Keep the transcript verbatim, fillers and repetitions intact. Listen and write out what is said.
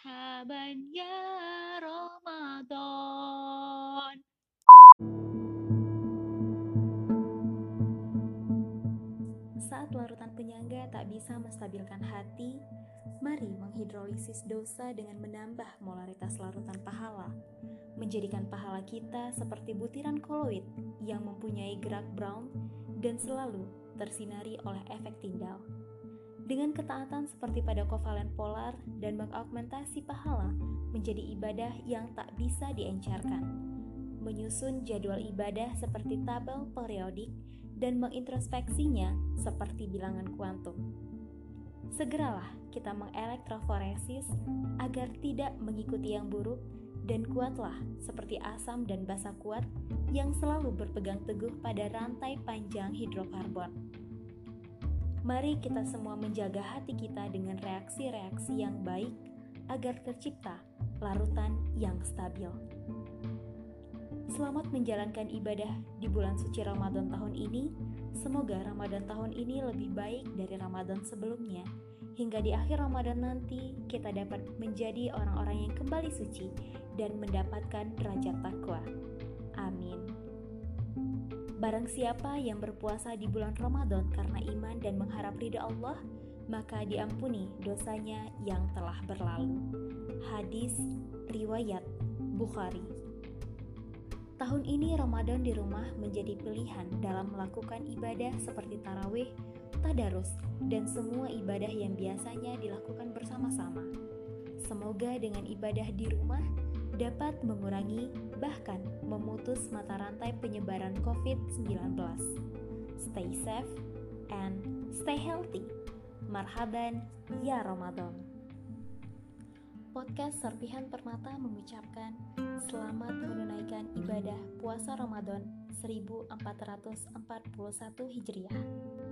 marhaban ya Ramadan. Saat larutan penyangga tak bisa menstabilkan hati, mari menghidrolisis dosa dengan menambah molaritas larutan pahala, menjadikan pahala kita seperti butiran koloid yang mempunyai gerak Brown dan selalu tersinari oleh efek Tyndall. Dengan ketaatan seperti pada kovalen polar dan mengaugmentasi pahala menjadi ibadah yang tak bisa diencerkan, menyusun jadwal ibadah seperti tabel periodik dan mengintrospeksinya seperti bilangan kuantum. Segeralah kita mengelektroforesis agar tidak mengikuti yang buruk dan kuatlah seperti asam dan basa kuat yang selalu berpegang teguh pada rantai panjang hidrokarbon. Mari kita semua menjaga hati kita dengan reaksi-reaksi yang baik agar tercipta larutan yang stabil. Selamat menjalankan ibadah di bulan suci Ramadan tahun ini. Semoga Ramadan tahun ini lebih baik dari Ramadan sebelumnya, hingga di akhir Ramadan nanti kita dapat menjadi orang-orang yang kembali suci dan mendapatkan derajat takwa. Amin. Barang siapa yang berpuasa di bulan Ramadan karena iman dan mengharap ridha Allah, maka diampuni dosanya yang telah berlalu. Hadis riwayat Bukhari. Tahun ini Ramadan di rumah menjadi pilihan dalam melakukan ibadah seperti tarawih, tadarus, dan semua ibadah yang biasanya dilakukan bersama-sama. Semoga dengan ibadah di rumah dapat mengurangi bahkan memutus mata rantai penyebaran covid sembilan belas. Stay safe and stay healthy. Marhaban ya Ramadan. Podcast Serpihan Permata mengucapkan selamat menunaikan ibadah puasa Ramadan seribu empat ratus empat puluh satu Hijriah.